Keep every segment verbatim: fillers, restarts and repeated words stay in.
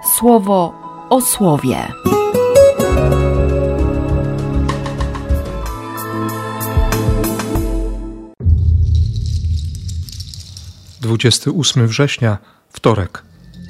Słowo o słowie. dwudziestego ósmego września, wtorek.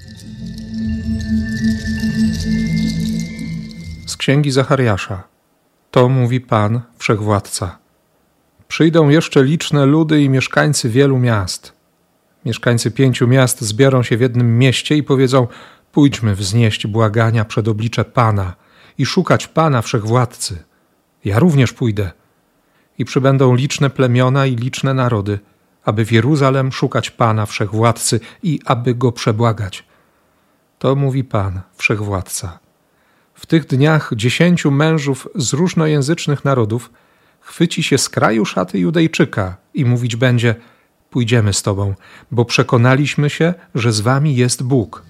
Z księgi Zachariasza. To mówi Pan, Wszechwładca. Przyjdą jeszcze liczne ludy i mieszkańcy wielu miast. Mieszkańcy pięciu miast zbiorą się w jednym mieście i powiedzą: pójdźmy wznieść błagania przed oblicze Pana i szukać Pana Wszechwładcy. Ja również pójdę. I przybędą liczne plemiona i liczne narody, aby w Jeruzalem szukać Pana Wszechwładcy i aby Go przebłagać. To mówi Pan, Wszechwładca. W tych dniach dziesięciu mężów z różnojęzycznych narodów chwyci się z kraju szaty Judejczyka i mówić będzie: pójdziemy z Tobą, bo przekonaliśmy się, że z Wami jest Bóg.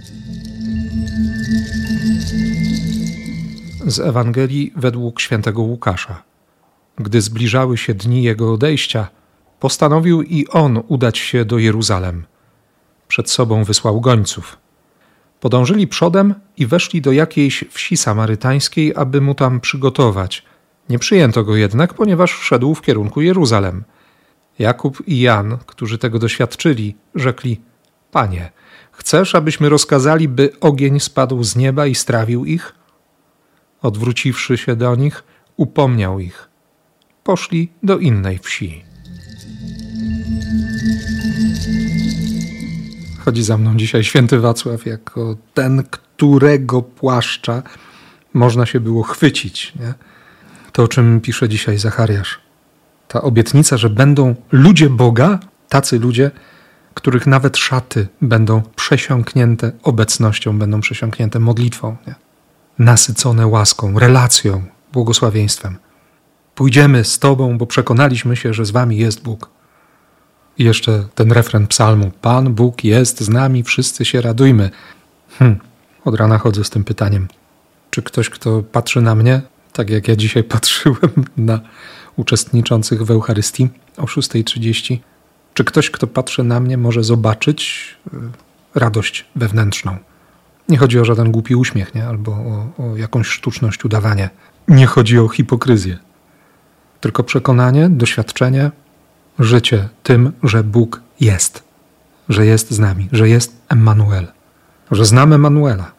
Z Ewangelii według świętego Łukasza. Gdy zbliżały się dni Jego odejścia, postanowił i On udać się do Jeruzalem. Przed sobą wysłał gońców. Podążyli przodem i weszli do jakiejś wsi samarytańskiej, aby mu tam przygotować. Nie przyjęto go jednak, ponieważ szedł w kierunku Jeruzalem. Jakub i Jan, którzy tego doświadczyli, rzekli: Panie, chcesz, abyśmy rozkazali, by ogień spadł z nieba i strawił ich? Odwróciwszy się do nich, upomniał ich. Poszli do innej wsi. Chodzi za mną dzisiaj święty Wacław jako ten, którego płaszcza można się było chwycić. Nie? To, o czym pisze dzisiaj Zachariasz. Ta obietnica, że będą ludzie Boga, tacy ludzie, których nawet szaty będą przesiąknięte obecnością, będą przesiąknięte modlitwą, nie? Nasycone łaską, relacją, błogosławieństwem. Pójdziemy z Tobą, bo przekonaliśmy się, że z Wami jest Bóg. I jeszcze ten refren psalmu: Pan Bóg jest z nami, wszyscy się radujmy. Hm. Od rana chodzę z tym pytaniem. Czy ktoś, kto patrzy na mnie, tak jak ja dzisiaj patrzyłem na uczestniczących w Eucharystii o szósta trzydzieści, czy ktoś, kto patrzy na mnie, może zobaczyć radość wewnętrzną? Nie chodzi o żaden głupi uśmiech, nie? Albo o, o jakąś sztuczność, udawanie. Nie chodzi o hipokryzję. Tylko przekonanie, doświadczenie, życie tym, że Bóg jest. Że jest z nami, że jest Emmanuel. Że znamy Emmanuela.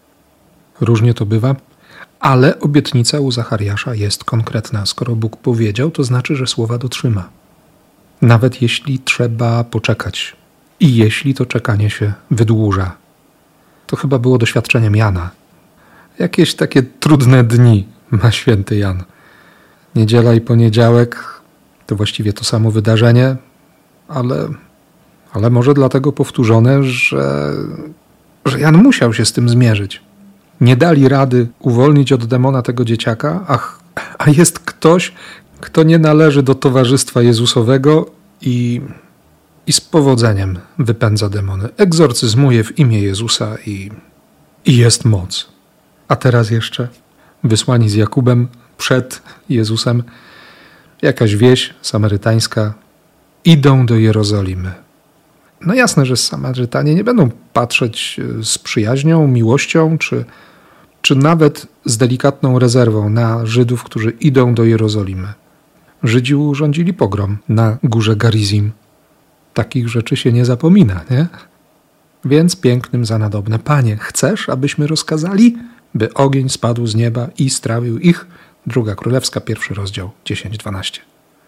Różnie to bywa, ale obietnica u Zachariasza jest konkretna. Skoro Bóg powiedział, to znaczy, że słowa dotrzyma. Nawet jeśli trzeba poczekać. I jeśli to czekanie się wydłuża. To chyba było doświadczeniem Jana. Jakieś takie trudne dni ma święty Jan. Niedziela i poniedziałek to właściwie to samo wydarzenie, ale, ale może dlatego powtórzone, że, że Jan musiał się z tym zmierzyć. Nie dali rady uwolnić od demona tego dzieciaka, ach, a jest ktoś, kto nie należy do towarzystwa Jezusowego i, i z powodzeniem wypędza demony. Egzorcyzmuje w imię Jezusa i, i jest moc. A teraz jeszcze wysłani z Jakubem przed Jezusem, jakaś wieś samarytańska, idą do Jerozolimy. No jasne, że Samarytanie nie będą patrzeć z przyjaźnią, miłością, czy, czy nawet z delikatną rezerwą na Żydów, którzy idą do Jerozolimy. Żydzi urządzili pogrom na górze Garizim. Takich rzeczy się nie zapomina, nie? Więc pięknym za nadobne: Panie, chcesz, abyśmy rozkazali, by ogień spadł z nieba i strawił ich? Druga Królewska, pierwszy rozdział, dziesięć dwanaście.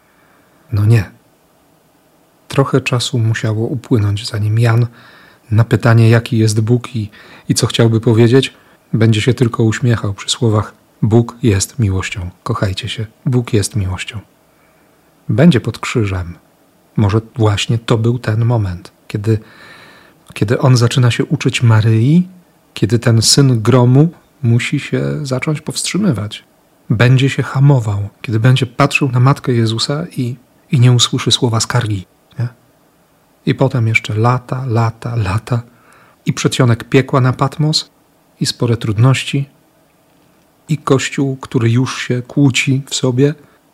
No nie. Trochę czasu musiało upłynąć, zanim Jan na pytanie, jaki jest Bóg i, i co chciałby powiedzieć, będzie się tylko uśmiechał przy słowach: Bóg jest miłością. Kochajcie się. Bóg jest miłością. Będzie pod krzyżem. Może właśnie to był ten moment, kiedy, kiedy on zaczyna się uczyć Maryi, kiedy ten syn gromu musi się zacząć powstrzymywać. Będzie się hamował, kiedy będzie patrzył na Matkę Jezusa i, i nie usłyszy słowa skargi. Nie? I potem jeszcze lata, lata, lata i przedsionek piekła na Patmos i spore trudności i Kościół, który już się kłóci w sobie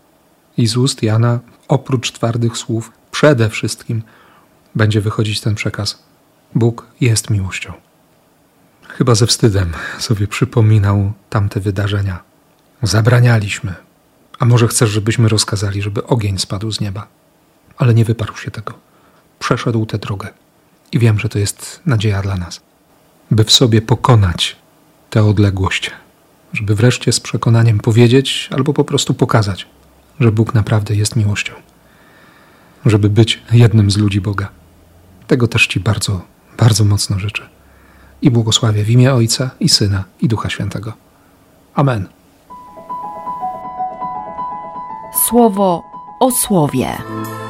i z ust Jana, oprócz twardych słów, przede wszystkim będzie wychodzić ten przekaz: Bóg jest miłością. Chyba ze wstydem sobie przypominał tamte wydarzenia. Zabranialiśmy. A może chcesz, żebyśmy rozkazali, żeby ogień spadł z nieba? Ale nie wyparł się tego. Przeszedł tę drogę. I wiem, że to jest nadzieja dla nas. By w sobie pokonać tę odległość. Żeby wreszcie z przekonaniem powiedzieć albo po prostu pokazać, że Bóg naprawdę jest miłością. Żeby być jednym z ludzi Boga. Tego też Ci bardzo, bardzo mocno życzę. I błogosławię w imię Ojca i Syna i Ducha Świętego. Amen. Słowo o słowie.